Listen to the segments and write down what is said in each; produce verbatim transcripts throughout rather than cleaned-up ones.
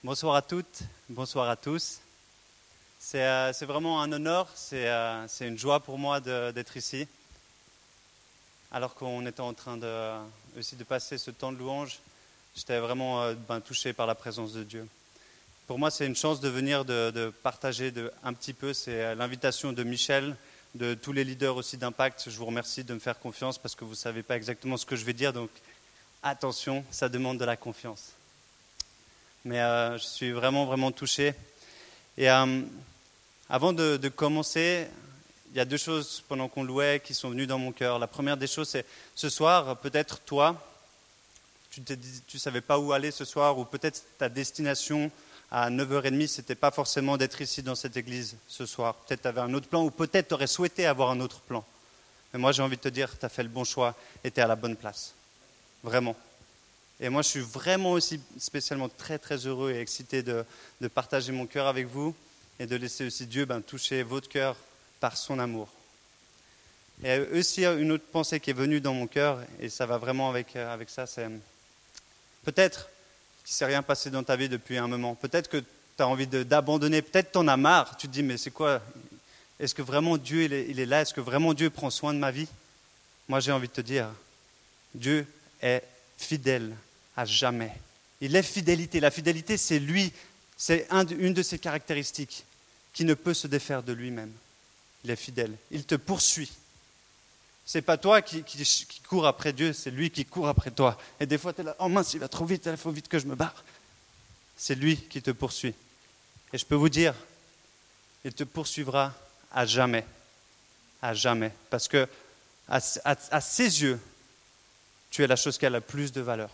Bonsoir à toutes, bonsoir à tous. C'est, euh, c'est vraiment un honneur, c'est, euh, c'est une joie pour moi de, d'être ici. Alors qu'on était en train de, aussi de passer ce temps de louange, j'étais vraiment euh, ben, touché par la présence de Dieu. Pour moi, c'est une chance de venir de, de partager de, un petit peu. C'est l'invitation de Michel, de tous les leaders aussi d'Impact. Je vous remercie de me faire confiance parce que vous ne savez pas exactement ce que je vais dire. Donc attention, ça demande de la confiance. Mais euh, je suis vraiment, vraiment touché. Et euh, avant de, de commencer, il y a deux choses pendant qu'on louait qui sont venues dans mon cœur. La première des choses, c'est ce soir, peut-être toi, tu ne savais pas où aller ce soir, ou peut-être ta destination à neuf heures trente, ce n'était pas forcément d'être ici dans cette église ce soir. Peut-être tu avais un autre plan, ou peut-être tu aurais souhaité avoir un autre plan. Mais moi, j'ai envie de te dire, tu as fait le bon choix et tu es à la bonne place. Vraiment. Et moi, je suis vraiment aussi spécialement très, très heureux et excité de, de partager mon cœur avec vous et de laisser aussi Dieu ben, toucher votre cœur par son amour. Et aussi, une autre pensée qui est venue dans mon cœur, et ça va vraiment avec, avec ça, c'est peut-être qu'il ne s'est rien passé dans ta vie depuis un moment. Peut-être que tu as envie de, d'abandonner, peut-être tu en as marre. Tu te dis, mais c'est quoi? Est-ce que vraiment Dieu il est, il est là? Est-ce que vraiment Dieu prend soin de ma vie? Moi, j'ai envie de te dire, Dieu est fidèle à jamais. Il est fidélité. La fidélité, c'est lui, c'est un, une de ses caractéristiques qui ne peut se défaire de lui-même. Il est fidèle. Il te poursuit. C'est pas toi qui, qui, qui cours après Dieu, c'est lui qui court après toi. Et des fois, tu es là, oh mince, il va trop vite, il faut vite que je me barre. C'est lui qui te poursuit. Et je peux vous dire, il te poursuivra à jamais. À jamais. Parce que à, à, à ses yeux, tu es la chose qui a la plus de valeur.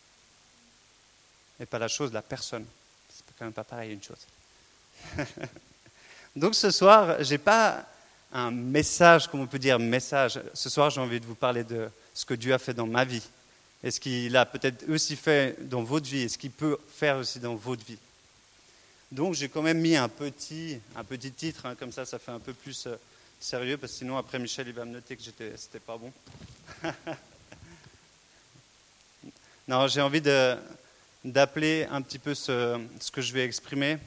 Et pas la chose, la personne. C'est quand même pas pareil une chose. Donc ce soir, je n'ai pas un message, comme on peut dire, message. Ce soir, j'ai envie de vous parler de ce que Dieu a fait dans ma vie. Et ce qu'il a peut-être aussi fait dans votre vie, et ce qu'il peut faire aussi dans votre vie. Donc j'ai quand même mis un petit, un petit titre, hein, comme ça, ça fait un peu plus euh, sérieux, parce que sinon après Michel, il va me noter que j'étais, c'était pas bon. Non, j'ai envie de... d'appeler un petit peu ce, ce que je vais exprimer.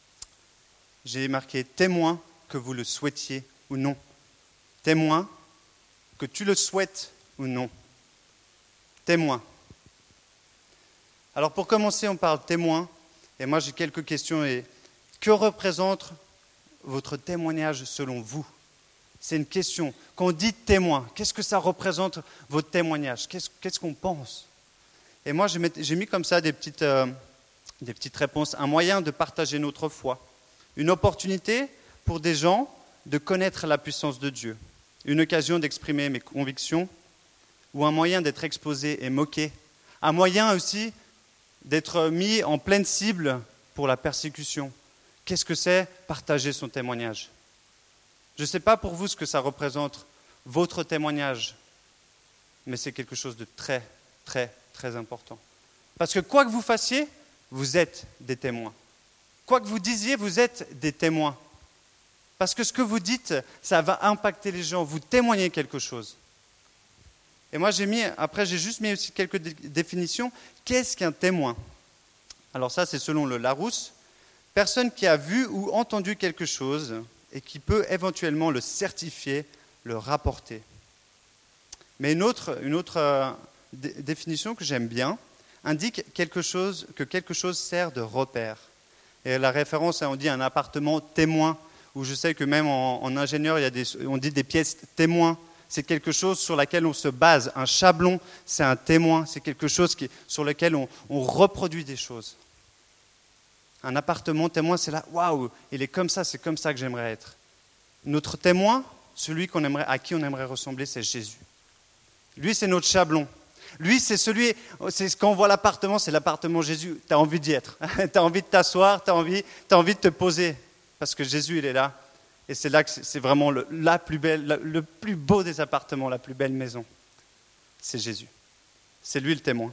J'ai marqué « témoin que vous le souhaitiez ou non ». Témoin que tu le souhaites ou non. Témoin. Alors pour commencer, on parle témoin. Et moi j'ai quelques questions. Et que représente votre témoignage selon vous? C'est une question. Quand on dit témoin, qu'est-ce que ça représente votre témoignage? Qu'est-ce, qu'est-ce qu'on pense? Et moi, j'ai mis comme ça des petites, euh, des petites réponses. Un moyen de partager notre foi. Une opportunité pour des gens de connaître la puissance de Dieu. Une occasion d'exprimer mes convictions. Ou un moyen d'être exposé et moqué. Un moyen aussi d'être mis en pleine cible pour la persécution. Qu'est-ce que c'est partager son témoignage? Je ne sais pas pour vous ce que ça représente, votre témoignage. Mais c'est quelque chose de très, très très important. Parce que quoi que vous fassiez, vous êtes des témoins. Quoi que vous disiez, vous êtes des témoins. Parce que ce que vous dites, ça va impacter les gens. Vous témoignez quelque chose. Et moi, j'ai mis, après, j'ai juste mis aussi quelques dé- définitions. Qu'est-ce qu'un témoin? Alors ça, c'est selon le Larousse. Personne qui a vu ou entendu quelque chose et qui peut éventuellement le certifier, le rapporter. Mais une autre... Une autre euh, définition que j'aime bien, indique quelque chose, que quelque chose sert de repère. Et la référence, on dit un appartement témoin, où je sais que même en, en ingénieur, il y a des, on dit des pièces témoins. C'est quelque chose sur laquelle on se base. Un chablon, c'est un témoin. C'est quelque chose qui, sur lequel on, on reproduit des choses. Un appartement témoin, c'est là, waouh, il est comme ça, c'est comme ça que j'aimerais être. Notre témoin, celui qu'on aimerait, à qui on aimerait ressembler, c'est Jésus. Lui, c'est notre chablon. Lui, c'est celui, c'est quand on voit l'appartement, c'est l'appartement Jésus. Tu as envie d'y être. Tu as envie de t'asseoir, tu as envie, t'as envie de te poser. Parce que Jésus, il est là. Et c'est là que c'est vraiment le, la plus belle, le plus beau des appartements, la plus belle maison. C'est Jésus. C'est lui le témoin.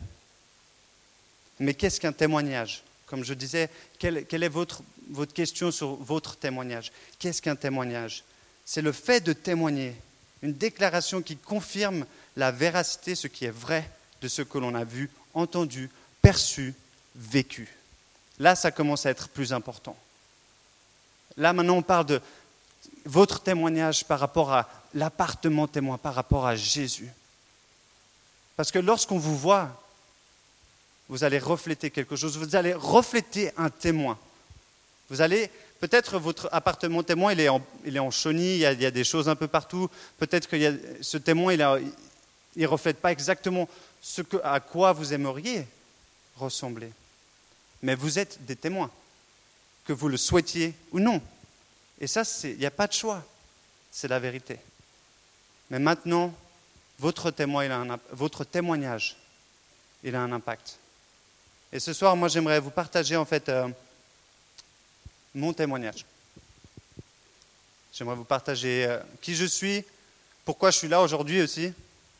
Mais qu'est-ce qu'un témoignage? Comme je disais, quelle, quelle est votre, votre question sur votre témoignage? Qu'est-ce qu'un témoignage? C'est le fait de témoigner. Une déclaration qui confirme la véracité, ce qui est vrai de ce que l'on a vu, entendu, perçu, vécu. Là, ça commence à être plus important. Là, maintenant, on parle de votre témoignage par rapport à l'appartement témoin, par rapport à Jésus. Parce que lorsqu'on vous voit, vous allez refléter quelque chose, vous allez refléter un témoin. Vous allez, peut-être votre appartement témoin, il est en, il est en chenille, il y, a, il y a des choses un peu partout. Peut-être que ce témoin, il ne reflète pas exactement ce que, à quoi vous aimeriez ressembler. Mais vous êtes des témoins, que vous le souhaitiez ou non. Et ça, il n'y a pas de choix. C'est la vérité. Mais maintenant, votre, témoin, il a un, votre témoignage, il a un impact. Et ce soir, moi, j'aimerais vous partager en fait euh, mon témoignage. J'aimerais vous partager euh, qui je suis, pourquoi je suis là aujourd'hui aussi,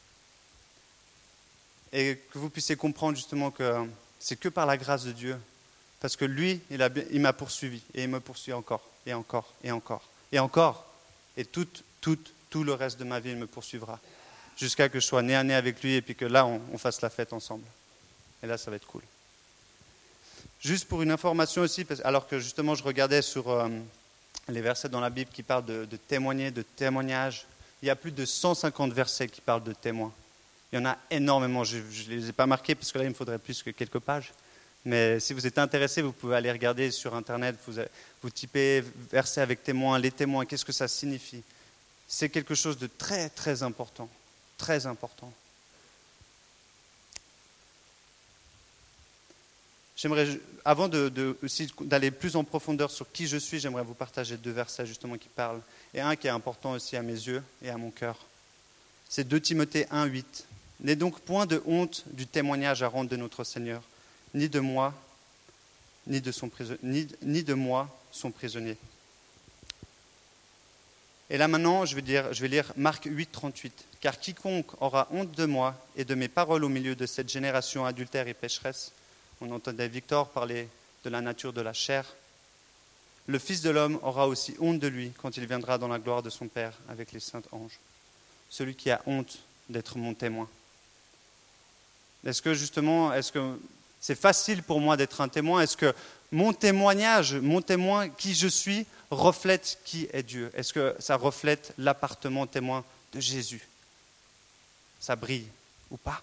et que vous puissiez comprendre justement que euh, c'est que par la grâce de Dieu, parce que lui, il, a, il m'a poursuivi, et il me poursuit encore, et encore, et encore, et encore, et tout, tout, tout le reste de ma vie, il me poursuivra, jusqu'à que je sois né à nez avec lui, et puis que là, on, on fasse la fête ensemble. Et là, ça va être cool. Juste pour une information aussi, alors que justement je regardais sur euh, les versets dans la Bible qui parlent de, de témoigner, de témoignage, il y a plus de cent cinquante versets qui parlent de témoins. Il y en a énormément, je ne les ai pas marqués parce que là il me faudrait plus que quelques pages. Mais si vous êtes intéressé, vous pouvez aller regarder sur Internet, vous, vous typez verset avec témoins, les témoins, qu'est-ce que ça signifie? C'est quelque chose de très très important, très important. J'aimerais, avant de, de, aussi d'aller plus en profondeur sur qui je suis, j'aimerais vous partager deux versets justement qui parlent. Et un qui est important aussi à mes yeux et à mon cœur. C'est deux Timothée un, huit. « N'aie donc point de honte du témoignage à rendre de notre Seigneur, ni de moi, ni de, son prisonnier, ni, ni de moi, son prisonnier. » Et là maintenant, je vais, dire, je vais lire Marc huit, trente-huit. « Car quiconque aura honte de moi et de mes paroles au milieu de cette génération adultère et pécheresse, » on entendait Victor parler de la nature de la chair, « le Fils de l'homme aura aussi honte de lui quand il viendra dans la gloire de son Père avec les saints anges. » Celui qui a honte d'être mon témoin. Est-ce que justement, est-ce que c'est facile pour moi d'être un témoin? Est-ce que mon témoignage, mon témoin, qui je suis, reflète qui est Dieu? Est-ce que ça reflète l'appartement témoin de Jésus? Ça brille ou pas?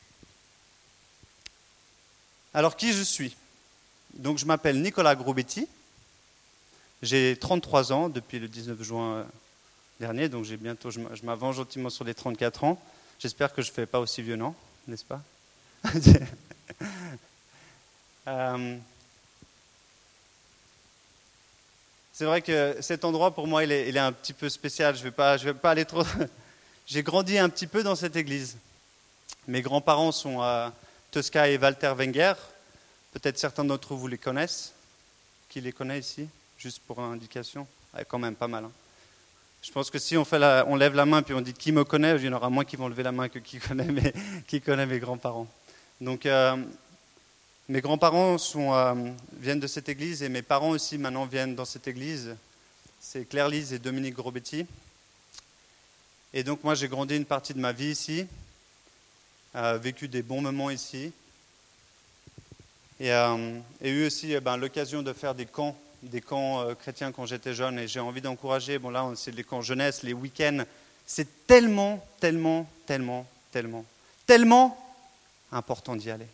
Alors, qui je suis? Donc, je m'appelle Nicolas Grobetti. J'ai trente-trois ans depuis le dix-neuf juin dernier, donc j'ai bientôt, je m'avance gentiment sur les trente-quatre ans. J'espère que je ne fais pas aussi vieux, non? N'est-ce pas? euh, c'est vrai que cet endroit, pour moi, il est, il est un petit peu spécial. Je ne vais pas, je vais pas aller trop... J'ai grandi un petit peu dans cette église. Mes grands-parents sont à Tosca et Walter Wenger. Peut-être certains d'entre vous les connaissent. Qui les connaît ici? Juste pour une indication. Ah, quand même, pas mal. Hein. Je pense que si on, fait la, on lève la main puis on dit qui me connaît, il y en aura moins qui vont lever la main que qui connaît mes, qui connaît mes grands-parents. Donc, euh, mes grands-parents sont, euh, viennent de cette église et mes parents aussi maintenant viennent dans cette église. C'est Claire-Lise et Dominique Grobetti. Et donc, moi, j'ai grandi une partie de ma vie ici, euh, vécu des bons moments ici. Et, euh, et eu aussi eh ben, l'occasion de faire des camps, des camps euh, chrétiens quand j'étais jeune. Et j'ai envie d'encourager, bon là, c'est les camps jeunesse, les week-ends. C'est tellement, tellement, tellement, tellement, tellement important d'y aller.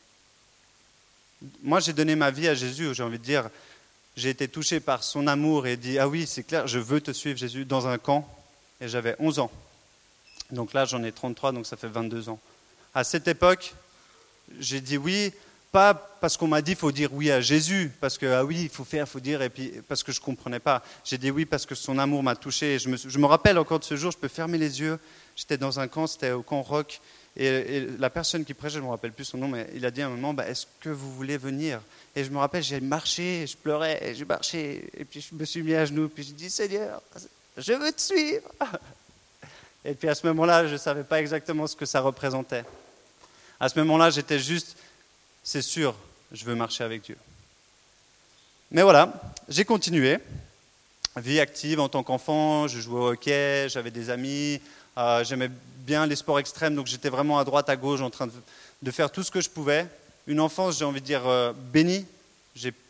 Moi, j'ai donné ma vie à Jésus, j'ai envie de dire, j'ai été touché par son amour et dit, ah oui, c'est clair, je veux te suivre, Jésus, dans un camp. Et j'avais onze ans. Donc là, j'en ai trente-trois, donc ça fait vingt-deux ans. À cette époque, j'ai dit oui, pas parce qu'on m'a dit qu'il faut dire oui à Jésus, parce que, ah oui, il faut faire, il faut dire, et puis parce que je ne comprenais pas. J'ai dit oui parce que son amour m'a touché. Et je, me, je me rappelle encore de ce jour, je peux fermer les yeux. J'étais dans un camp, c'était au camp Rock. Et, et la personne qui prêchait, je ne me rappelle plus son nom, mais il a dit à un moment, bah, est-ce que vous voulez venir? Et je me rappelle, j'ai marché, je pleurais, et j'ai marché, et puis je me suis mis à genoux, puis j'ai dit, Seigneur, je veux te suivre. Et puis à ce moment-là, je ne savais pas exactement ce que ça représentait. À ce moment-là, j'étais juste, c'est sûr, je veux marcher avec Dieu. Mais voilà, j'ai continué. Vie active en tant qu'enfant, je jouais au hockey, j'avais des amis, euh, j'aimais bien les sports extrêmes, donc j'étais vraiment à droite, à gauche, en train de, de faire tout ce que je pouvais. Une enfance, j'ai envie de dire, euh, bénie. J'ai,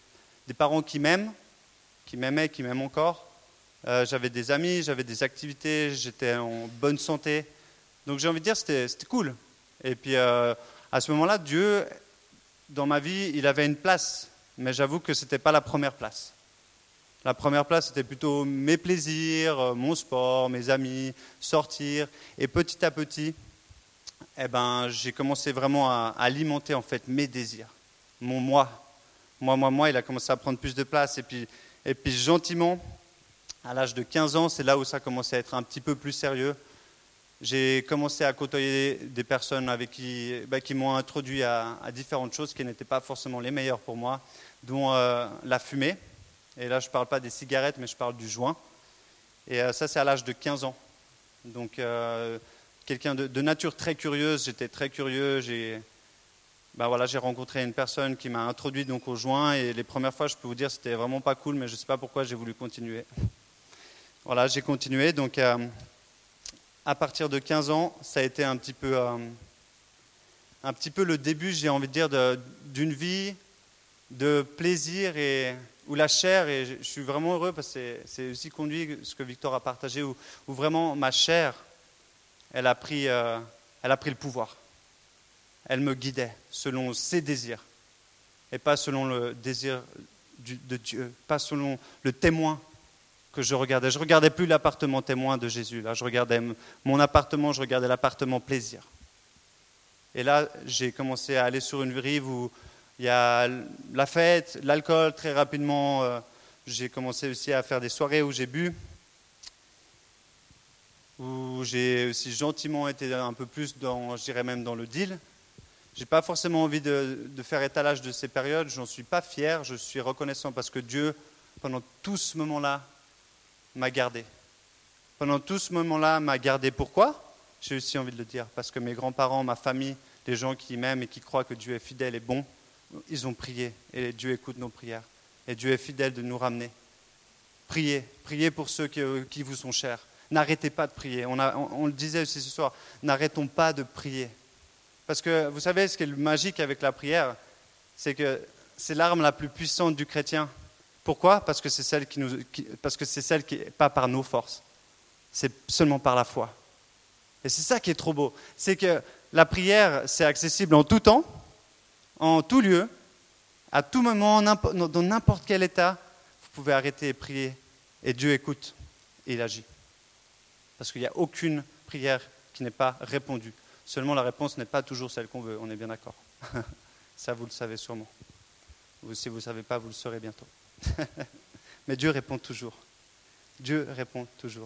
des parents qui m'aiment, qui m'aimaient, qui m'aiment encore. Euh, j'avais des amis, j'avais des activités, j'étais en bonne santé. Donc j'ai envie de dire, c'était, c'était cool. Et puis euh, à ce moment-là, Dieu, dans ma vie, il avait une place. Mais j'avoue que ce n'était pas la première place. La première place, c'était plutôt mes plaisirs, mon sport, mes amis, sortir. Et petit à petit, eh ben, j'ai commencé vraiment à, à alimenter en fait mes désirs, mon moi. Moi, moi, moi, il a commencé à prendre plus de place. Et puis, et puis gentiment, à l'âge de quinze ans, c'est là où ça commençait à être un petit peu plus sérieux. J'ai commencé à côtoyer des personnes avec qui, bah, qui m'ont introduit à, à différentes choses qui n'étaient pas forcément les meilleures pour moi, dont euh, la fumée. Et là, je ne parle pas des cigarettes, mais je parle du joint. Et euh, ça, c'est à l'âge de quinze ans. Donc, euh, quelqu'un de, de nature très curieuse, j'étais très curieux. J'ai, bah, voilà, j'ai rencontré une personne qui m'a introduit donc, au joint. Et les premières fois, je peux vous dire, c'était vraiment pas cool, mais je ne sais pas pourquoi j'ai voulu continuer. Voilà, j'ai continué. Donc, euh, à partir de quinze ans, ça a été un petit peu, euh, un petit peu le début, j'ai envie de dire, de, d'une vie de plaisir et où la chair, et je suis vraiment heureux parce que c'est, c'est aussi conduit ce que Victor a partagé, où, où vraiment ma chair, elle a, pris, euh, elle a pris le pouvoir. Elle me guidait selon ses désirs et pas selon le désir du, de Dieu, pas selon le témoin que je regardais. Je ne regardais plus l'appartement témoin de Jésus. Là, je regardais mon appartement, je regardais l'appartement plaisir. Et là, j'ai commencé à aller sur une rive où il y a la fête, l'alcool, très rapidement. Euh, j'ai commencé aussi à faire des soirées où j'ai bu, où j'ai aussi gentiment été un peu plus dans, je dirais même dans le deal. Je n'ai pas forcément envie de, de faire étalage de ces périodes. Je n'en suis pas fier. Je suis reconnaissant parce que Dieu, pendant tout ce moment-là, m'a gardé. Pendant tout ce moment-là, m'a gardé. Pourquoi ? J'ai aussi envie de le dire. Parce que mes grands-parents, ma famille, les gens qui m'aiment et qui croient que Dieu est fidèle et bon, ils ont prié. Et Dieu écoute nos prières. Et Dieu est fidèle de nous ramener. Priez. Priez pour ceux qui, qui vous sont chers. N'arrêtez pas de prier. On, a, on, on le disait aussi ce soir. N'arrêtons pas de prier. Parce que vous savez, ce qui est le magique avec la prière, c'est que c'est l'arme la plus puissante du chrétien. Pourquoi ? Parce que c'est celle qui nous, qui, parce que c'est celle qui n'est pas par nos forces, c'est seulement par la foi. Et c'est ça qui est trop beau, c'est que la prière, c'est accessible en tout temps, en tout lieu, à tout moment, dans n'importe quel état. Vous pouvez arrêter et prier, et Dieu écoute et il agit. Parce qu'il n'y a aucune prière qui n'est pas répondue. Seulement la réponse n'est pas toujours celle qu'on veut, on est bien d'accord. Ça, vous le savez sûrement. Ou si vous ne savez pas, vous le saurez bientôt. Mais Dieu répond toujours. Dieu répond toujours.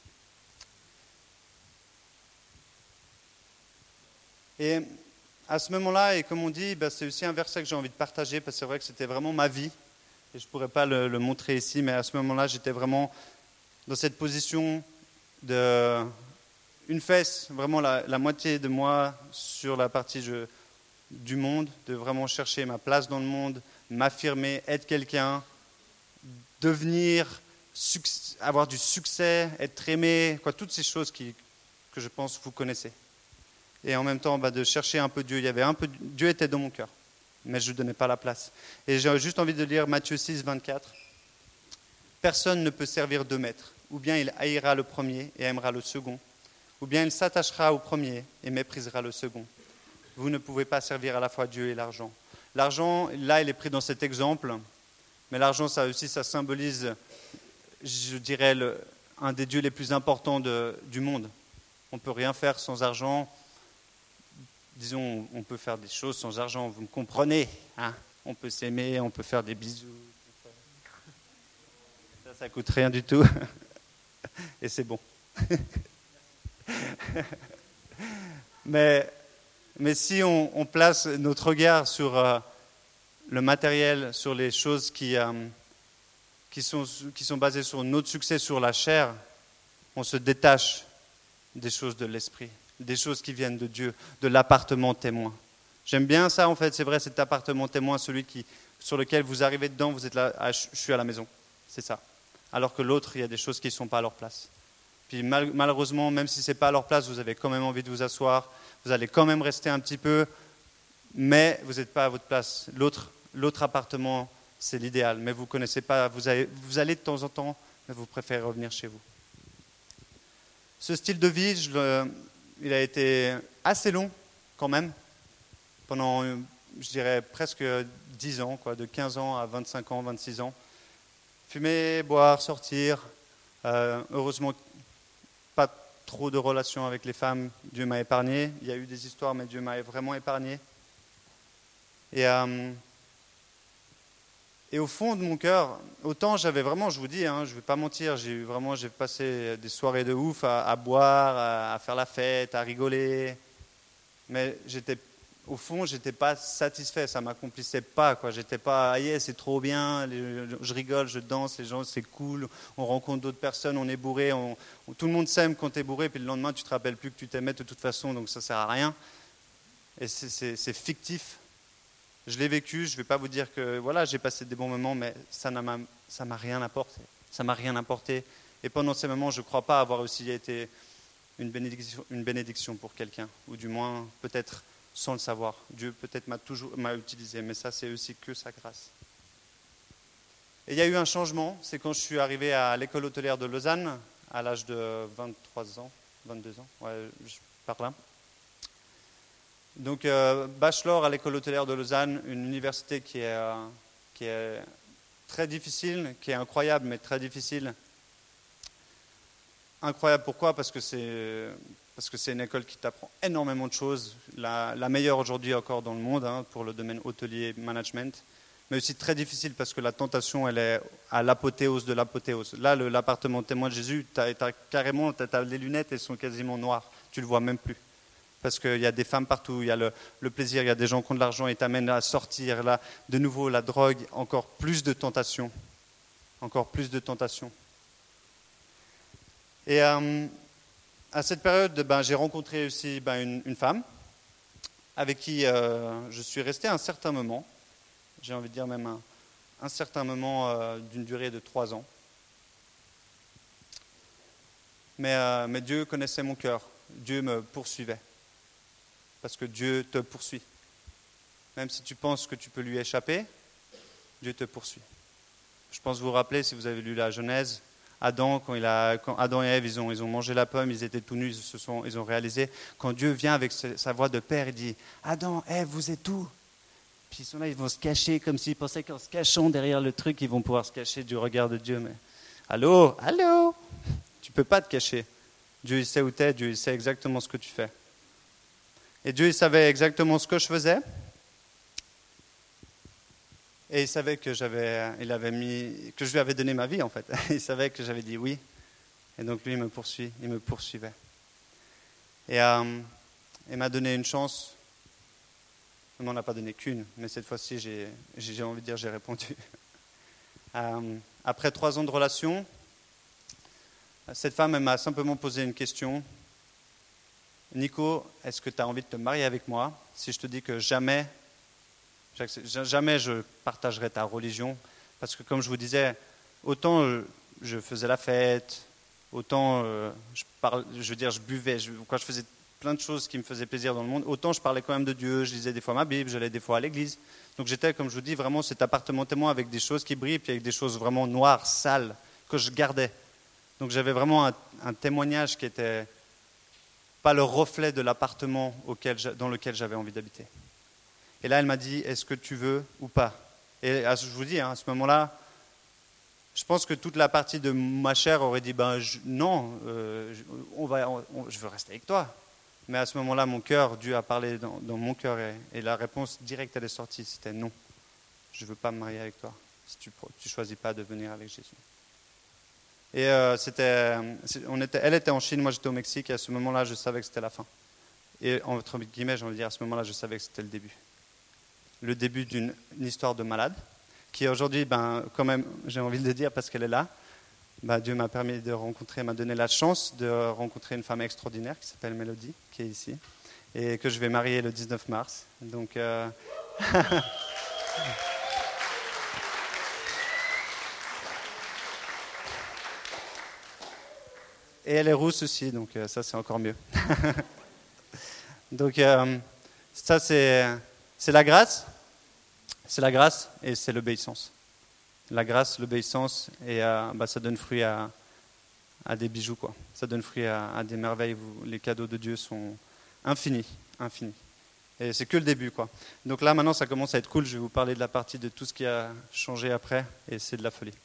Et à ce moment-là, et comme on dit, ben c'est aussi un verset que j'ai envie de partager, parce que c'est vrai que c'était vraiment ma vie. Et je ne pourrais pas le, le montrer ici, mais à ce moment-là, j'étais vraiment dans cette position de une fesse, vraiment la, la moitié de moi sur la partie je, du monde, de vraiment chercher ma place dans le monde, m'affirmer, être quelqu'un, devenir, succès, avoir du succès, être aimé, quoi, toutes ces choses qui, que je pense vous connaissez. Et en même temps, bah, de chercher un peu Dieu. Il y avait un peu, Dieu était dans mon cœur, mais je ne donnais pas la place. Et j'ai juste envie de lire Matthieu six, vingt-quatre. Personne ne peut servir deux maîtres. Ou bien il haïra le premier et aimera le second, ou bien il s'attachera au premier et méprisera le second. Vous ne pouvez pas servir à la fois Dieu et l'argent. L'argent, là, il est pris dans cet exemple. Mais l'argent, ça aussi, ça symbolise, je dirais, le, un des dieux les plus importants de, du monde. On ne peut rien faire sans argent. Disons, on peut faire des choses sans argent, vous me comprenez, hein ? On peut s'aimer, on peut faire des bisous. Ça, ça ne coûte rien du tout. Et c'est bon. mais, mais si on, on place notre regard sur... Euh, le matériel, sur les choses qui, euh, qui, sont, qui sont basées sur notre succès, sur la chair, on se détache des choses de l'esprit, des choses qui viennent de Dieu, de l'appartement témoin. J'aime bien ça, en fait, c'est vrai, cet appartement témoin, celui qui, sur lequel vous arrivez dedans, vous êtes là, ah, je suis à la maison, c'est ça. Alors que l'autre, il y a des choses qui ne sont pas à leur place. Puis mal, malheureusement, même si ce n'est pas à leur place, vous avez quand même envie de vous asseoir, vous allez quand même rester un petit peu, mais vous n'êtes pas à votre place. L'autre, l'autre appartement, c'est l'idéal, mais vous connaissez pas, vous, avez, vous allez de temps en temps, mais vous préférez revenir chez vous. Ce style de vie, je le, il a été assez long quand même, pendant, je dirais, presque dix ans, quoi, de quinze ans à vingt-cinq ans, vingt-six ans. Fumer, boire, sortir, euh, heureusement pas trop de relations avec les femmes, Dieu m'a épargné. Il y a eu des histoires, mais Dieu m'a vraiment épargné. Et, euh, et au fond de mon cœur, autant j'avais vraiment, je vous dis, hein, je ne vais pas mentir, j'ai eu vraiment, j'ai passé des soirées de ouf à, à boire, à, à faire la fête, à rigoler. Mais j'étais, au fond, je n'étais pas satisfait, ça ne m'accomplissait pas, quoi. J'étais pas, ah yeah, c'est trop bien, les, je rigole, je danse, les gens, c'est cool, on rencontre d'autres personnes, on est bourré, on, on, tout le monde s'aime quand tu es bourré, puis le lendemain, tu ne te rappelles plus que tu t'aimais de toute façon, donc ça ne sert à rien. Et c'est, c'est, c'est fictif. Je l'ai vécu, je ne vais pas vous dire que voilà, j'ai passé des bons moments, mais ça ne m'a, ça m'a rien apporté. Ça m'a rien apporté. Et pendant ces moments, je ne crois pas avoir aussi été une bénédiction, une bénédiction pour quelqu'un, ou du moins peut-être sans le savoir. Dieu peut-être m'a toujours m'a utilisé, mais ça c'est aussi que sa grâce. Et il y a eu un changement, c'est quand je suis arrivé à l'école hôtelière de Lausanne, à l'âge de vingt-trois ans, vingt-deux ans, ouais, je, par là. Donc, euh, bachelor à l'école hôtelière de Lausanne, une université qui est, euh, qui est très difficile, qui est incroyable, mais très difficile. Incroyable pourquoi ? Parce que c'est, parce que c'est une école qui t'apprend énormément de choses, la, la meilleure aujourd'hui encore dans le monde, hein, pour le domaine hôtelier management, mais aussi très difficile parce que la tentation, elle est à l'apothéose de l'apothéose. Là, le, l'appartement témoin de Jésus, t'as, t'as carrément, t'as, t'as, les lunettes, elles sont quasiment noires, tu le vois même plus. Parce qu'il y a des femmes partout, il y a le, le plaisir, il y a des gens qui ont de l'argent et t'amènent à sortir. Là, de nouveau, la drogue, encore plus de tentation. Encore plus de tentation. Et euh, à cette période, ben, j'ai rencontré aussi ben, une, une femme avec qui euh, je suis resté un certain moment. J'ai envie de dire même un, un certain moment euh, d'une durée de trois ans. Mais, euh, mais Dieu connaissait mon cœur. Dieu me poursuivait. Parce que Dieu te poursuit. Même si tu penses que tu peux lui échapper, Dieu te poursuit. Je pense vous vous rappelez, si vous avez lu la Genèse, Adam, quand, il a, quand Adam et Ève, ils ont, ils ont mangé la pomme, ils étaient tout nus, ils, se sont, ils ont réalisé, quand Dieu vient avec sa voix de père, il dit « Adam, Ève, vous êtes où ?» Puis ils sont là, ils vont se cacher, comme s'ils pensaient qu'en se cachant derrière le truc, ils vont pouvoir se cacher du regard de Dieu. Mais allô, allô, tu ne peux pas te cacher. Dieu, il sait où tu es, Dieu, il sait exactement ce que tu fais. Et Dieu, il savait exactement ce que je faisais. Et il savait que j'avais, il avait mis, que je lui avais donné ma vie, en fait. Il savait que j'avais dit oui. Et donc, lui, il me poursuit, il me poursuivait. Et euh, il m'a donné une chance. Il m'en a pas donné qu'une, mais cette fois-ci, j'ai, j'ai envie de dire, j'ai répondu. Euh, après trois ans de relation, cette femme, elle m'a simplement posé une question. Nico, est-ce que tu as envie de te marier avec moi si je te dis que jamais, jamais je partagerai ta religion? Parce que comme je vous disais, autant je faisais la fête, autant je, parle, je veux dire, je buvais, je, quand je faisais plein de choses qui me faisaient plaisir dans le monde, autant je parlais quand même de Dieu, je lisais des fois ma Bible, j'allais des fois à l'église. Donc j'étais, comme je vous dis, vraiment cet appartement témoin avec des choses qui brillent, puis avec des choses vraiment noires, sales, que je gardais. Donc j'avais vraiment un, un témoignage qui était pas le reflet de l'appartement auquel, dans lequel j'avais envie d'habiter. Et là, elle m'a dit, est-ce que tu veux ou pas? Et je vous dis, hein, à ce moment-là, je pense que toute la partie de ma chair aurait dit, ben je, non, euh, on va, on, je veux rester avec toi. Mais à ce moment-là, mon cœur, Dieu a parlé dans, dans mon cœur et, et la réponse directe, elle est sortie, c'était non. Je ne veux pas me marier avec toi si tu ne choisis pas de venir avec Jésus. Et euh, c'était, on était, elle était en Chine, moi j'étais au Mexique, et à ce moment-là, je savais que c'était la fin. Et entre guillemets, j'ai envie de dire, à ce moment-là, je savais que c'était le début. Le début d'une histoire de malade, qui aujourd'hui, ben, quand même, j'ai envie de le dire parce qu'elle est là, ben, Dieu m'a permis de rencontrer, m'a donné la chance de rencontrer une femme extraordinaire qui s'appelle Mélodie, qui est ici, et que je vais marier le dix-neuf mars. Donc... Euh... Et elle est rousse aussi, donc euh, ça c'est encore mieux. Donc euh, ça c'est, c'est la grâce, c'est la grâce et c'est l'obéissance. la grâce, l'obéissance, et euh, bah, ça donne fruit à, à des bijoux, quoi. Ça donne fruit à, à des merveilles. Vous, les cadeaux de Dieu sont infinis, infinis. Et c'est que le début, quoi. Donc là, maintenant, ça commence à être cool. Je vais vous parler de la partie de tout ce qui a changé après, et c'est de la folie.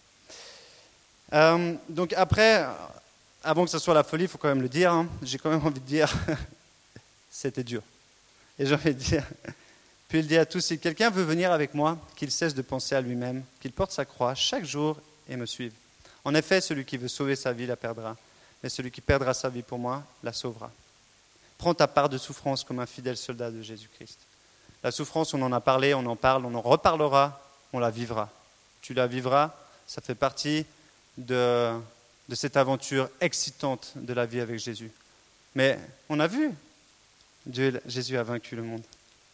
Euh, donc après, avant que ce soit la folie, il faut quand même le dire, hein, j'ai quand même envie de dire, c'était dur. Et j'ai envie de dire, puis il dit à tous, si quelqu'un veut venir avec moi, qu'il cesse de penser à lui-même, qu'il porte sa croix chaque jour et me suive. En effet, celui qui veut sauver sa vie la perdra, mais celui qui perdra sa vie pour moi la sauvera. Prends ta part de souffrance comme un fidèle soldat de Jésus-Christ. La souffrance, on en a parlé, on en parle, on en reparlera, on la vivra. Tu la vivras, ça fait partie de, de cette aventure excitante de la vie avec Jésus. Mais on a vu, Dieu, Jésus a vaincu le monde.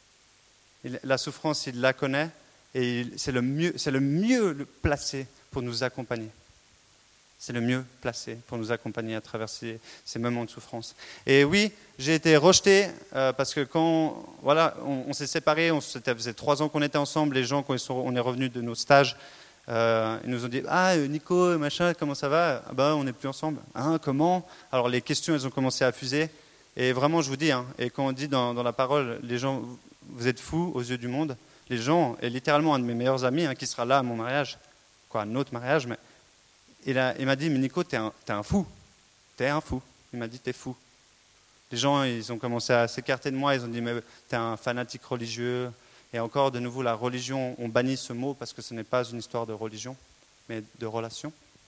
Il, la souffrance, il la connaît et il, c'est, le mieux, c'est le mieux placé pour nous accompagner. C'est le mieux placé pour nous accompagner à travers ces, ces moments de souffrance. Et oui, j'ai été rejeté euh, parce que quand voilà, on, on s'est séparés, on, ça faisait trois ans qu'on était ensemble, les gens, quand ils sont, on est revenus de nos stages, euh, ils nous ont dit « Ah, Nico, machin, comment ça va ?»« Ah ben, on n'est plus ensemble. »« Hein, comment ?» Alors les questions, elles ont commencé à fuser. Et vraiment, je vous dis, hein, et quand on dit dans, dans la parole, les gens, vous êtes fous aux yeux du monde, les gens, et littéralement un de mes meilleurs amis hein, qui sera là à mon mariage, quoi, à notre mariage, mais il, a, il m'a dit, mais Nico, t'es un, t'es un fou. T'es un fou. Il m'a dit, t'es fou. Les gens, ils ont commencé à s'écarter de moi. Ils ont dit, mais t'es un fanatique religieux. Et encore, de nouveau, la religion, on bannit ce mot parce que ce n'est pas une histoire de religion, mais de relation.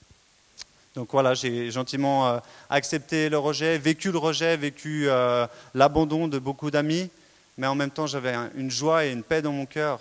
Donc voilà, j'ai gentiment euh, accepté le rejet, vécu le rejet, vécu euh, l'abandon de beaucoup d'amis. Mais en même temps, j'avais un, une joie et une paix dans mon cœur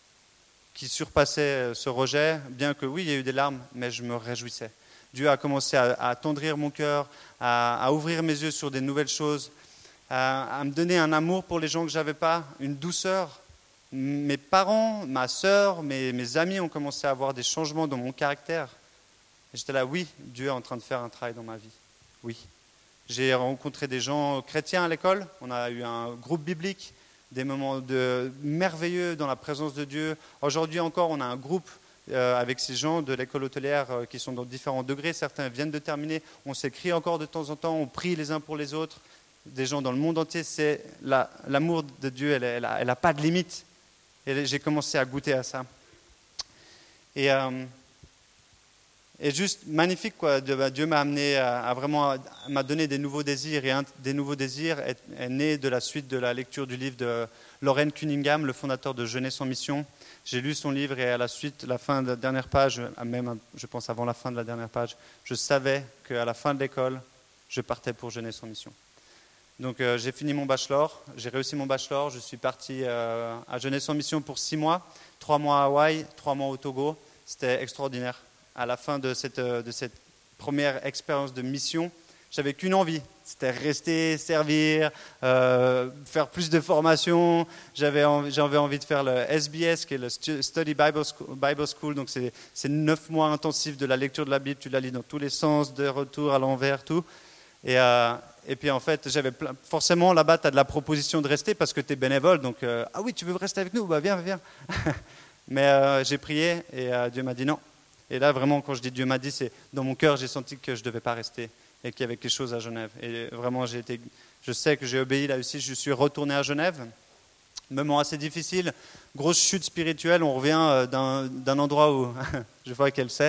qui surpassait ce rejet, bien que oui, il y a eu des larmes, mais je me réjouissais. Dieu a commencé à, à attendrir mon cœur, à, à ouvrir mes yeux sur des nouvelles choses, à, à me donner un amour pour les gens que je n'avais pas, une douceur. Mes parents, ma sœur, mes, mes amis ont commencé à avoir des changements dans mon caractère. Et j'étais là, oui, Dieu est en train de faire un travail dans ma vie. Oui. J'ai rencontré des gens chrétiens à l'école, on a eu un groupe biblique, des moments de, merveilleux dans la présence de Dieu. Aujourd'hui encore, on a un groupe euh, avec ces gens de l'école hôtelière euh, qui sont dans différents degrés. Certains viennent de terminer. On s'écrit encore de temps en temps. On prie les uns pour les autres. Des gens dans le monde entier. C'est la, l'amour de Dieu, elle n'a elle a pas de limite. Et j'ai commencé à goûter à ça. Et, euh, et juste magnifique, quoi. Dieu m'a amené à, à vraiment, m'a donné des nouveaux désirs. Et un des nouveaux désirs est, est né de la suite de la lecture du livre de Loren Cunningham, le fondateur de Jeunesse en Mission. J'ai lu son livre et à la suite, la fin de la dernière page, même je pense avant la fin de la dernière page, je savais qu'à la fin de l'école, je partais pour Jeunesse en Mission. Donc euh, j'ai fini mon bachelor, j'ai réussi mon bachelor, je suis parti euh, à Jeunesse en Mission pour six mois, trois mois à Hawaï, trois mois au Togo. C'était extraordinaire. À la fin de cette, de cette première expérience de mission, j'avais qu'une envie, c'était rester, servir, euh, faire plus de formation. J'avais envie, j'avais envie de faire le S B S, qui est le Study Bible School, Bible School. Donc c'est, c'est neuf mois intensifs de la lecture de la Bible, tu la lis dans tous les sens, de retour à l'envers, tout. Et, euh, et puis en fait, j'avais plein, forcément là-bas, tu as de la proposition de rester parce que tu es bénévole. Donc, euh, ah oui, tu veux rester avec nous? Bah viens, viens. Mais euh, j'ai prié et euh, Dieu m'a dit non. Et là, vraiment, quand je dis Dieu m'a dit, c'est dans mon cœur, j'ai senti que je ne devais pas rester et qu'il y avait quelque chose à Genève. Et vraiment, j'ai été, je sais que j'ai obéi là aussi. Je suis retourné à Genève. Moment assez difficile, grosse chute spirituelle. On revient d'un, d'un endroit où, je vois qu'elle sait,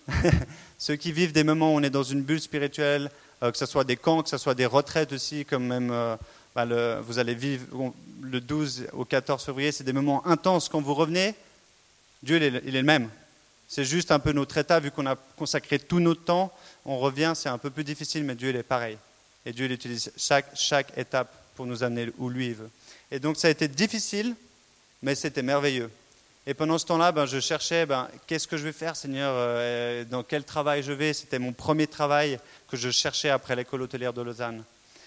ceux qui vivent des moments où on est dans une bulle spirituelle, euh, que ce soit des camps, que ce soit des retraites aussi, comme même euh, bah, le, vous allez vivre le douze au quatorze février, c'est des moments intenses. Quand vous revenez, Dieu il est, il est le même. C'est juste un peu notre état, vu qu'on a consacré tout notre temps, on revient, c'est un peu plus difficile, mais Dieu il est pareil. Et Dieu il utilise chaque, chaque étape pour nous amener où lui il veut. Et donc ça a été difficile, mais c'était merveilleux. Et pendant ce temps-là, ben, je cherchais, ben, qu'est-ce que je vais faire, Seigneur, euh, dans quel travail je vais. C'était mon premier travail que je cherchais après l'école hôtelière de Lausanne.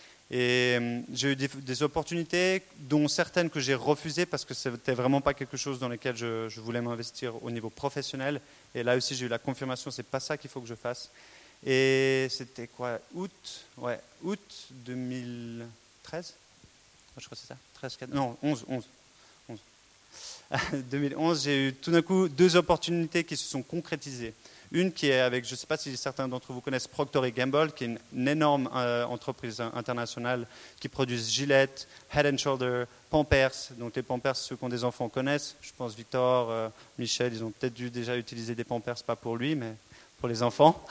Et euh, j'ai eu des, des opportunités, dont certaines que j'ai refusées parce que ce n'était vraiment pas quelque chose dans lequel je, je voulais m'investir au niveau professionnel. Et là aussi, j'ai eu la confirmation, c'est pas ça qu'il faut que je fasse. Et c'était quoi, août, ouais, août deux mille treize, je crois que c'est ça, treize, quatorze, non, onze, onze, onze. deux mille onze, j'ai eu tout d'un coup deux opportunités qui se sont concrétisées. Une qui est avec, je ne sais pas si certains d'entre vous connaissent Procter et Gamble, qui est une, une énorme euh, entreprise internationale qui produit Gillette, Head and Shoulder, Pampers. Donc les Pampers, ceux qui ont des enfants connaissent. Je pense Victor, euh, Michel, ils ont peut-être dû déjà utiliser des Pampers, pas pour lui, mais pour les enfants.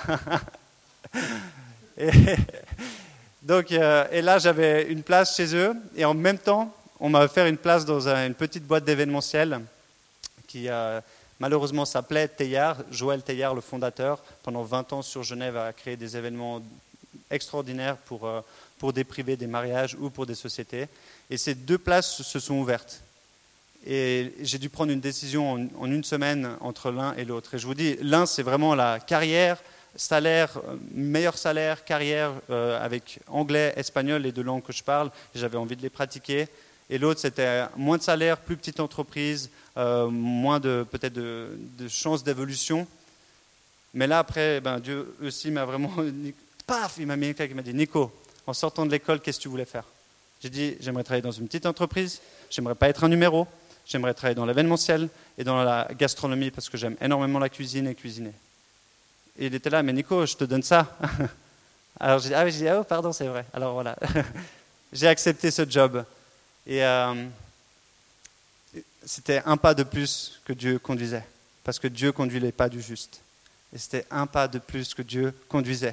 et, donc, euh, et là, j'avais une place chez eux, et en même temps, on m'a offert une place dans un, une petite boîte d'événementiel qui euh, malheureusement s'appelait Teilhard. Joël Teilhard, le fondateur, pendant vingt ans sur Genève, a créé des événements extraordinaires pour, euh, pour des privés, des mariages ou pour des sociétés. Et ces deux places se sont ouvertes. Et j'ai dû prendre une décision en, en une semaine entre l'un et l'autre. Et je vous dis, l'un, c'est vraiment la carrière, salaire, meilleur salaire, carrière euh, avec anglais, espagnol, les deux langues que je parle. J'avais envie de les pratiquer. Et l'autre, c'était moins de salaire, plus petite entreprise, euh, moins de, peut-être de, de chances d'évolution. Mais là, après, ben, Dieu aussi m'a vraiment... Paf, il m'a mis une claque, il m'a dit, Nico, en sortant de l'école, qu'est-ce que tu voulais faire? J'ai dit, j'aimerais travailler dans une petite entreprise, j'aimerais pas être un numéro, j'aimerais travailler dans l'événementiel et dans la gastronomie parce que j'aime énormément la cuisine et cuisiner. Et il était là, mais Nico, je te donne ça. Alors j'ai dit, ah oui, j'ai dit, oh pardon, c'est vrai. Alors voilà, j'ai accepté ce job. Et euh, c'était un pas de plus que Dieu conduisait, parce que Dieu conduit les pas du juste. Et c'était un pas de plus que Dieu conduisait.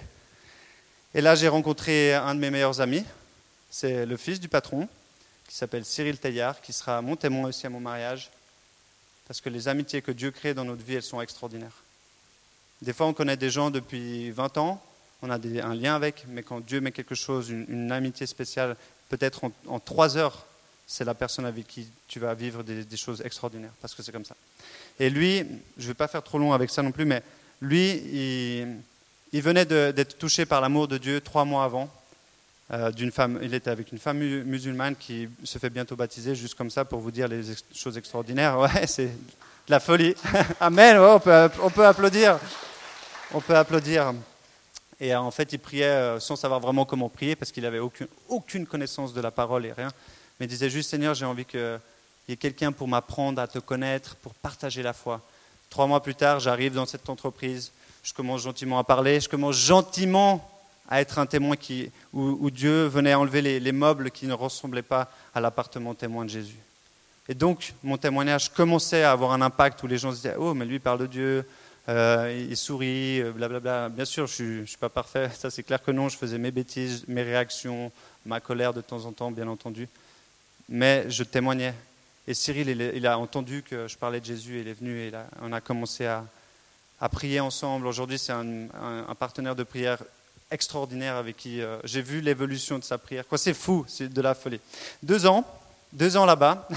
Et là, j'ai rencontré un de mes meilleurs amis, c'est le fils du patron, qui s'appelle Cyril Teilhard, qui sera mon témoin aussi à mon mariage, parce que les amitiés que Dieu crée dans notre vie, elles sont extraordinaires. Des fois, on connaît des gens depuis vingt ans, on a des, un lien avec, mais quand Dieu met quelque chose, une, une amitié spéciale, peut-être en, en trois heures, c'est la personne avec qui tu vas vivre des, des choses extraordinaires, parce que c'est comme ça. Et lui, je ne vais pas faire trop long avec ça non plus, mais lui, il, il venait de, d'être touché par l'amour de Dieu trois mois avant. Euh, d'une femme, il était avec une femme musulmane qui se fait bientôt baptiser, juste comme ça, pour vous dire les ex- choses extraordinaires. Ouais, c'est de la folie. Amen, ouais, on, peut, on peut applaudir. On peut applaudir. Et euh, en fait, il priait euh, sans savoir vraiment comment prier, parce qu'il n'avait aucune, aucune connaissance de la parole et rien. Mais il disait juste, Seigneur, j'ai envie qu'il y ait quelqu'un pour m'apprendre à te connaître, pour partager la foi. Trois mois plus tard, j'arrive dans cette entreprise, je commence gentiment à parler, je commence gentiment à être un témoin qui, où, où Dieu venait enlever les, les meubles qui ne ressemblaient pas à l'appartement témoin de Jésus. Et donc, mon témoignage commençait à avoir un impact où les gens se disaient « Oh, mais lui, il parle de Dieu, euh, il sourit, blablabla. » Bien sûr, je ne suis pas parfait, ça c'est clair que non, je faisais mes bêtises, mes réactions, ma colère de temps en temps, bien entendu. Mais je témoignais. Et Cyril, il, il a entendu que je parlais de Jésus, il est venu et il a, on a commencé à, à prier ensemble. Aujourd'hui, c'est un, un, un partenaire de prière extraordinaire avec qui euh, j'ai vu l'évolution de sa prière. Quoi, c'est fou, c'est de la folie. Deux ans, deux ans là-bas,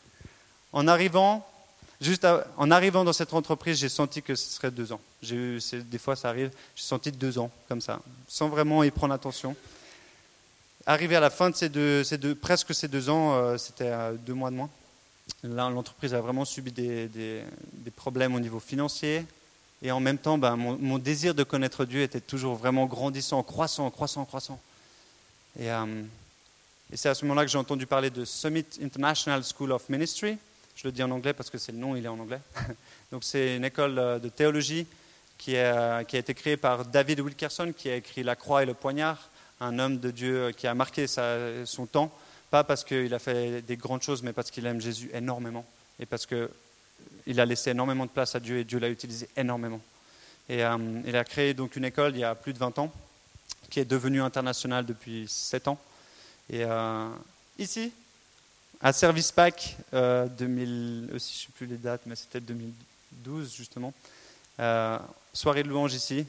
en arrivant, juste à, en arrivant dans cette entreprise, j'ai senti que ce serait deux ans. J'ai eu, c'est, des fois, ça arrive, j'ai senti deux ans comme ça, sans vraiment y prendre attention. Arrivé à la fin de ces deux, ces deux, presque ces deux ans, euh, c'était euh, deux mois de moins. Là, l'entreprise a vraiment subi des, des, des problèmes au niveau financier. Et en même temps, ben, mon, mon désir de connaître Dieu était toujours vraiment grandissant, croissant, croissant, croissant. Et, euh, et c'est à ce moment-là que j'ai entendu parler de Summit International School of Ministry. Je le dis en anglais parce que c'est le nom, il est en anglais. Donc c'est une école de théologie qui, est, qui a été créée par David Wilkerson, qui a écrit La Croix et le Poignard, un homme de Dieu qui a marqué sa, son temps, pas parce qu'il a fait des grandes choses, mais parce qu'il aime Jésus énormément, et parce qu'il a laissé énormément de place à Dieu, et Dieu l'a utilisé énormément. Et euh, il a créé donc une école il y a plus de vingt ans, qui est devenue internationale depuis sept ans. Et euh, ici, à Service Pack, euh, deux mille, aussi, je ne sais plus les dates, mais c'était deux mille douze justement, euh, soirée de louange ici,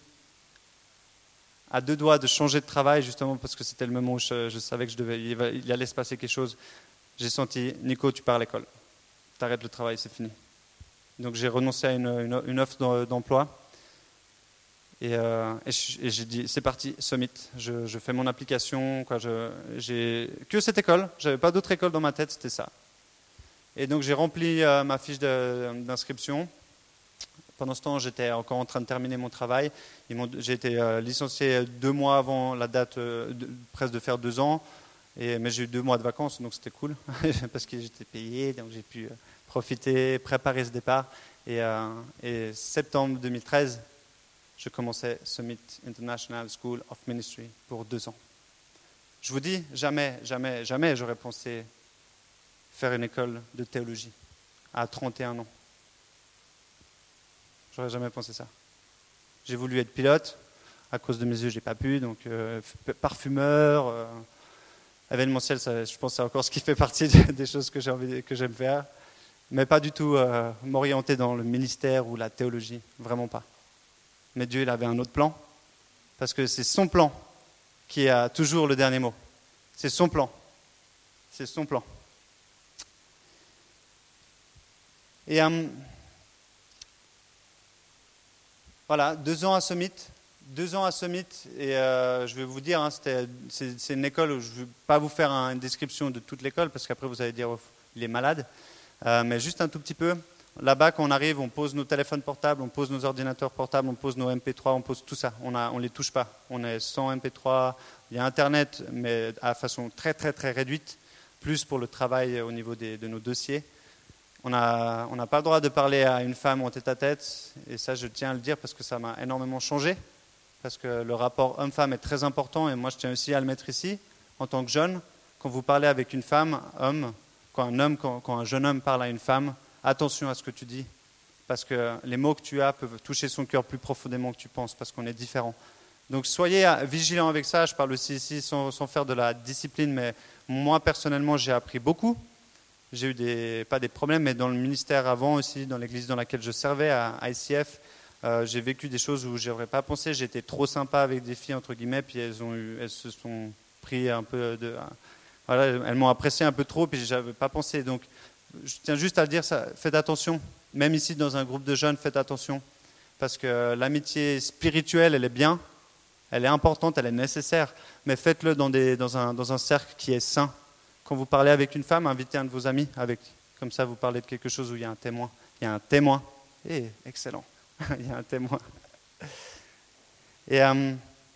à deux doigts de changer de travail, justement parce que c'était le moment où je, je savais que je devais, il allait se passer quelque chose. J'ai senti, Nico, tu pars à l'école. Tu arrêtes le travail, c'est fini. Donc j'ai renoncé à une, une, une offre d'emploi. Et, euh, et, je, et j'ai dit, c'est parti, Summit. Je, je fais mon application. Quoi, je, j'ai que cette école. Je n'avais pas d'autre école dans ma tête, c'était ça. Et donc j'ai rempli euh, ma fiche de, d'inscription. Pendant ce temps, j'étais encore en train de terminer mon travail. Ils m'ont, j'ai été euh, licencié deux mois avant la date, euh, de, presque de faire deux ans. Et, mais j'ai eu deux mois de vacances, donc c'était cool, parce que j'étais payé, donc j'ai pu euh, profiter, préparer ce départ. Et, euh, et septembre deux mille treize, je commençais Summit International School of Ministry pour deux ans. Je vous dis, jamais, jamais, jamais j'aurais pensé faire une école de théologie à trente et un ans. J'aurais jamais pensé ça. J'ai voulu être pilote. À cause de mes yeux, j'ai pas pu. Donc, euh, parfumeur, euh, événementiel, ça, je pense que c'est encore ce qui fait partie des choses que j'ai envie, que j'aime faire. Mais pas du tout euh, m'orienter dans le ministère ou la théologie, vraiment pas. Mais Dieu, il avait un autre plan, parce que c'est son plan qui a toujours le dernier mot. C'est son plan. C'est son plan. Et euh, voilà, deux ans à Summit, deux ans à Summit, et euh, je vais vous dire, hein, c'était, c'est, c'est une école où je ne vais pas vous faire une description de toute l'école, parce qu'après vous allez dire, oh, il est malade. Euh, mais juste un tout petit peu. Là-bas, quand on arrive, on pose nos téléphones portables, on pose nos ordinateurs portables, on pose nos M P trois, on pose tout ça. On ne les touche pas. On est sans M P trois. Il y a Internet, mais à façon très, très, très réduite, plus pour le travail au niveau des, de nos dossiers. On n'a on n'a pas le droit de parler à une femme en tête-à-tête. Et ça, je tiens à le dire parce que ça m'a énormément changé. Parce que le rapport homme-femme est très important. Et moi, je tiens aussi à le mettre ici. En tant que jeune, quand vous parlez avec une femme, homme, Quand un, homme, quand, quand un jeune homme parle à une femme, attention à ce que tu dis, parce que les mots que tu as peuvent toucher son cœur plus profondément que tu penses, parce qu'on est différents. Donc soyez vigilants avec ça, je parle aussi ici sans, sans faire de la discipline, mais moi personnellement j'ai appris beaucoup. J'ai eu des, pas des problèmes, mais dans le ministère avant aussi, dans l'église dans laquelle je servais, à I C F, euh, j'ai vécu des choses où je n'aurais pas pensé, j'étais trop sympa avec des filles, entre guillemets, puis elles, ont eu, elles se sont pris un peu de... Voilà, elles m'ont apprécié un peu trop, puis je n'avais pas pensé. Donc, je tiens juste à le dire, ça, faites attention. Même ici, dans un groupe de jeunes, faites attention. Parce que l'amitié spirituelle, elle est bien, elle est importante, elle est nécessaire. Mais faites-le dans, des, dans, un, dans un cercle qui est sain. Quand vous parlez avec une femme, invitez un de vos amis. Avec, comme ça, vous parlez de quelque chose où il y a un témoin. Il y a un témoin. Eh, excellent. Il y a un témoin. Et, euh,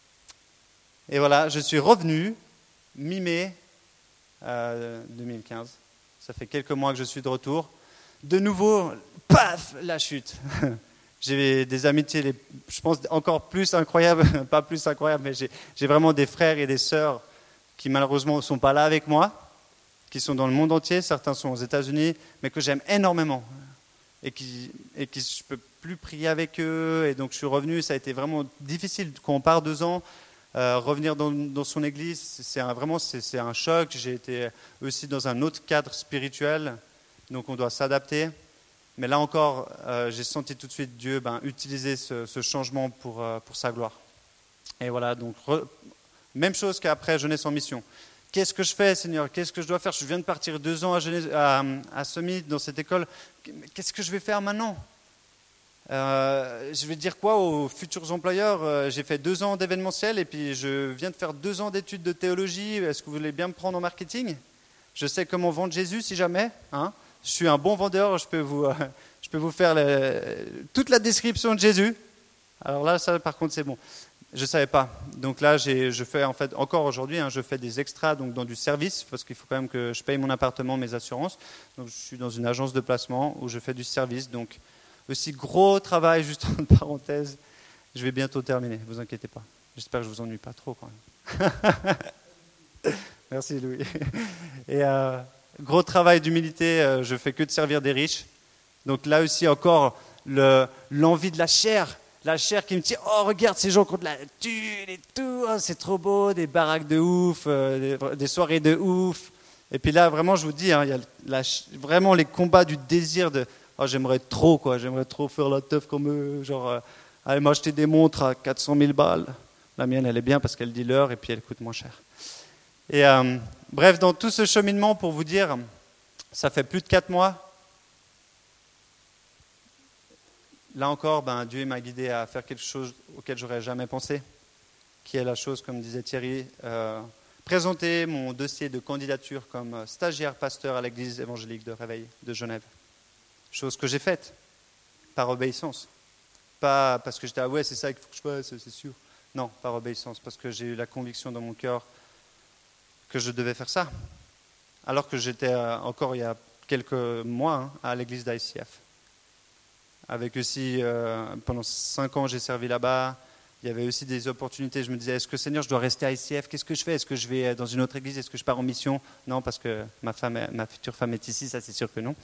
et voilà, je suis revenu mi-mai Euh, deux mille quinze. Ça fait quelques mois que je suis de retour. De nouveau, paf, la chute. J'ai des amitiés, les, je pense, encore plus incroyables, pas plus incroyables, mais j'ai, j'ai vraiment des frères et des sœurs qui malheureusement ne sont pas là avec moi, qui sont dans le monde entier, certains sont aux États-Unis, mais que j'aime énormément. Et qui, et qui je ne peux plus prier avec eux. Et donc je suis revenu, ça a été vraiment difficile. Quand on part deux ans, Euh, revenir dans, dans son église, c'est un, vraiment c'est, c'est un choc. J'ai été aussi dans un autre cadre spirituel, donc on doit s'adapter. Mais là encore, euh, j'ai senti tout de suite Dieu ben, utiliser ce, ce changement pour, euh, pour sa gloire. Et voilà, donc re, même chose qu'après Jeunesse en mission. Qu'est-ce que je fais, Seigneur? Qu'est-ce que je dois faire? Je viens de partir deux ans à, Jeunesse, à, à Summit, dans cette école. Qu'est-ce que je vais faire maintenant? Euh, je vais dire quoi aux futurs employeurs? euh, J'ai fait deux ans d'événementiel et puis je viens de faire deux ans d'études de théologie. Est-ce que vous voulez bien me prendre en marketing? Je sais comment vendre Jésus si jamais. Hein, je suis un bon vendeur, je peux vous, euh, je peux vous faire le, toute la description de Jésus. Alors là, ça par contre, c'est bon. Je ne savais pas. Donc là, j'ai, je fais en fait, encore aujourd'hui, hein, je fais des extras donc dans du service parce qu'il faut quand même que je paye mon appartement, mes assurances. Donc je suis dans une agence de placement où je fais du service. Donc aussi gros travail, juste en parenthèse. Je vais bientôt terminer, ne vous inquiétez pas. J'espère que je ne vous ennuie pas trop quand même. Merci Louis. Et euh, gros travail d'humilité, euh, je ne fais que de servir des riches. Donc là aussi encore, le, l'envie de la chair. La chair qui me dit, oh regarde ces gens qui ont de la thune et tout, oh, c'est trop beau, des baraques de ouf, euh, des, des soirées de ouf. Et puis là, vraiment, je vous dis, hein, il y a la, vraiment les combats du désir de... Oh, j'aimerais trop, quoi. J'aimerais trop faire la teuf comme eux. Genre, euh, aller m'acheter des montres à quatre cent mille balles. La mienne, elle est bien parce qu'elle dit l'heure et puis elle coûte moins cher. Et euh, bref, dans tout ce cheminement, pour vous dire, ça fait plus de quatre mois. Là encore, ben, Dieu m'a guidé à faire quelque chose auquel j'aurais jamais pensé, qui est la chose, comme disait Thierry, euh, présenter mon dossier de candidature comme stagiaire pasteur à l'église évangélique de Réveil de Genève. Chose que j'ai faite, par obéissance. Pas parce que j'étais, ah ouais, c'est ça qu'il faut que je fasse, c'est sûr. Non, par obéissance, parce que j'ai eu la conviction dans mon cœur que je devais faire ça. Alors que j'étais, euh, encore il y a quelques mois hein, à l'église d'I C F. Avec aussi, euh, pendant cinq ans, j'ai servi là-bas. Il y avait aussi des opportunités. Je me disais, est-ce que Seigneur, je dois rester à I C F? Qu'est-ce que je fais? Est-ce que je vais dans une autre église? Est-ce que je pars en mission? Non, parce que ma, femme, ma future femme est ici, ça c'est sûr que non.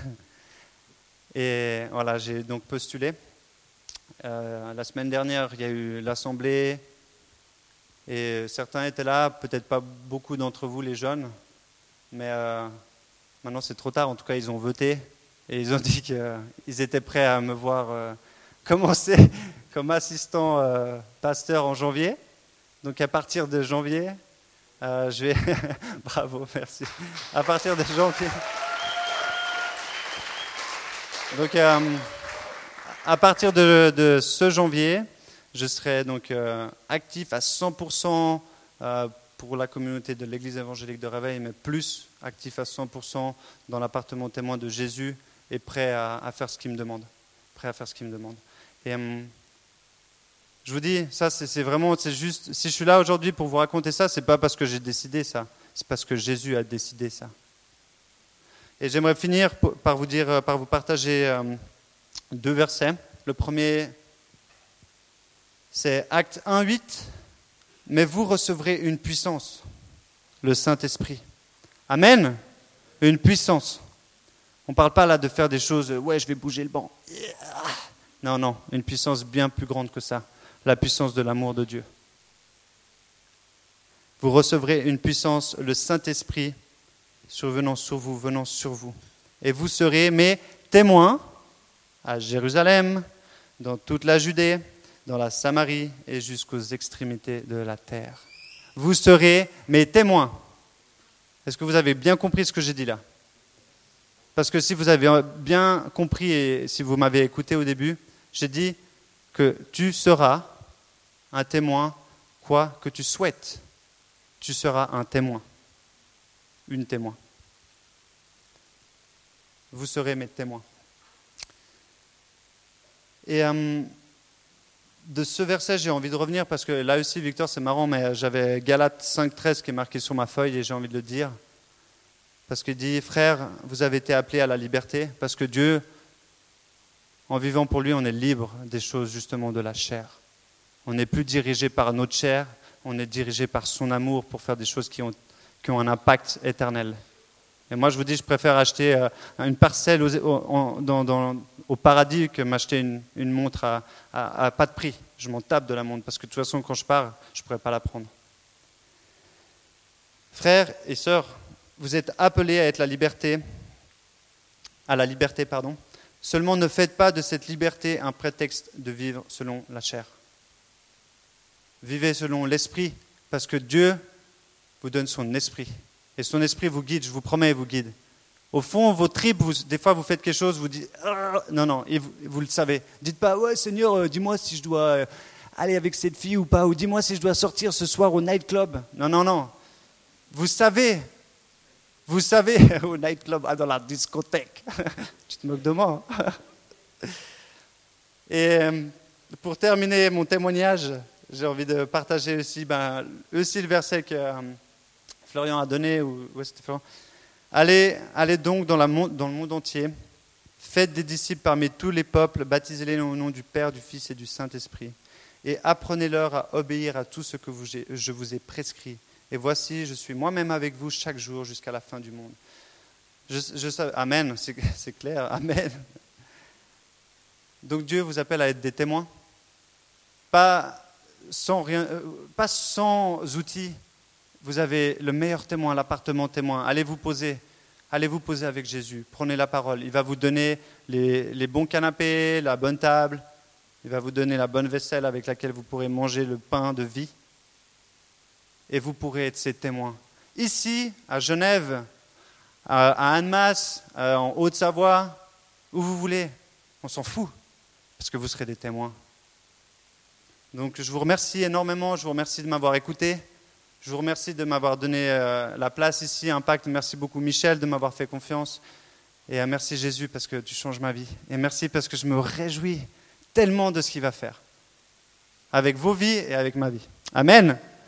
Et voilà, j'ai donc postulé. Euh, la semaine dernière, il y a eu l'assemblée. Et certains étaient là, peut-être pas beaucoup d'entre vous, les jeunes. Mais euh, maintenant, c'est trop tard. En tout cas, ils ont voté. Et ils ont dit qu'ils étaient prêts à me voir euh, commencer comme assistant euh, pasteur en janvier. Donc à partir de janvier, euh, je vais... Bravo, merci. À partir de janvier... Donc euh, à partir de, de ce janvier, je serai donc euh, actif à cent pour cent euh, pour la communauté de l'Église évangélique de Réveil, mais plus actif à cent pour cent dans l'appartement témoin de Jésus et prêt à, à faire ce qu'il me demande. Prêt à faire ce qu'il me demande. Et euh, je vous dis, ça c'est, c'est vraiment, c'est juste, si je suis là aujourd'hui pour vous raconter ça, c'est pas parce que j'ai décidé ça, c'est parce que Jésus a décidé ça. Et j'aimerais finir par vous dire, par vous partager euh, deux versets. Le premier, c'est Actes un huit. Mais vous recevrez une puissance, le Saint-Esprit. Amen. Une puissance. On ne parle pas là de faire des choses, ouais, je vais bouger le banc. Yeah. Non, non, une puissance bien plus grande que ça. La puissance de l'amour de Dieu. Vous recevrez une puissance, le Saint-Esprit, survenant sur vous, venant sur vous. Et vous serez mes témoins à Jérusalem, dans toute la Judée, dans la Samarie et jusqu'aux extrémités de la terre. Vous serez mes témoins. Est-ce que vous avez bien compris ce que j'ai dit là? Parce que si vous avez bien compris et si vous m'avez écouté au début, j'ai dit que tu seras un témoin, quoi que tu souhaites. Tu seras un témoin. Une témoin. Vous serez mes témoins. Et euh, de ce verset, j'ai envie de revenir parce que là aussi, Victor, c'est marrant, mais j'avais Galates cinq treize qui est marqué sur ma feuille et j'ai envie de le dire. Parce qu'il dit, frères, vous avez été appelés à la liberté parce que Dieu, en vivant pour lui, on est libre des choses justement de la chair. On n'est plus dirigé par notre chair, on est dirigé par son amour pour faire des choses qui ont qui ont un impact éternel. Et moi, je vous dis, je préfère acheter euh, une parcelle au, au, dans, dans, au paradis que m'acheter une, une montre à, à, à pas de prix. Je m'en tape de la montre, parce que de toute façon, quand je pars, je ne pourrais pas la prendre. Frères et sœurs, vous êtes appelés à être la liberté, à la liberté, pardon. Seulement, ne faites pas de cette liberté un prétexte de vivre selon la chair. Vivez selon l'esprit, parce que Dieu vous donne son esprit. Et son esprit vous guide, je vous promets, vous guide. Au fond, vos tripes, vous, des fois vous faites quelque chose, vous dites ah! Non, non, et vous, vous le savez. Dites pas, ouais Seigneur, euh, dis-moi si je dois euh, aller avec cette fille ou pas, ou dis-moi si je dois sortir ce soir au nightclub. Non, non, non. Vous savez, vous savez, au nightclub, ah, dans la discothèque. Tu te moques de moi. Hein. Et euh, pour terminer mon témoignage, j'ai envie de partager aussi, ben, aussi le verset que euh, Florian a donné. Ou, ouais, c'était Florian. Allez, allez donc dans, la, dans le monde entier, faites des disciples parmi tous les peuples, baptisez-les au nom du Père, du Fils et du Saint-Esprit, et apprenez-leur à obéir à tout ce que vous, je vous ai prescrit. Et voici, je suis moi-même avec vous chaque jour jusqu'à la fin du monde. Je, je, amen, c'est, c'est clair, amen. Donc Dieu vous appelle à être des témoins, pas sans, rien, pas sans outils. Vous avez le meilleur témoin, l'appartement témoin. Allez vous poser, allez vous poser avec Jésus. Prenez la parole. Il va vous donner les, les bons canapés, la bonne table. Il va vous donner la bonne vaisselle avec laquelle vous pourrez manger le pain de vie. Et vous pourrez être ses témoins. Ici, à Genève, à Annemasse, en Haute-Savoie, où vous voulez. On s'en fout, parce que vous serez des témoins. Donc je vous remercie énormément, je vous remercie de m'avoir écouté. Je vous remercie de m'avoir donné euh, la place ici, Impact. Merci beaucoup Michel de m'avoir fait confiance. Et euh, merci Jésus parce que tu changes ma vie. Et merci parce que je me réjouis tellement de ce qu'il va faire. Avec vos vies et avec ma vie. Amen.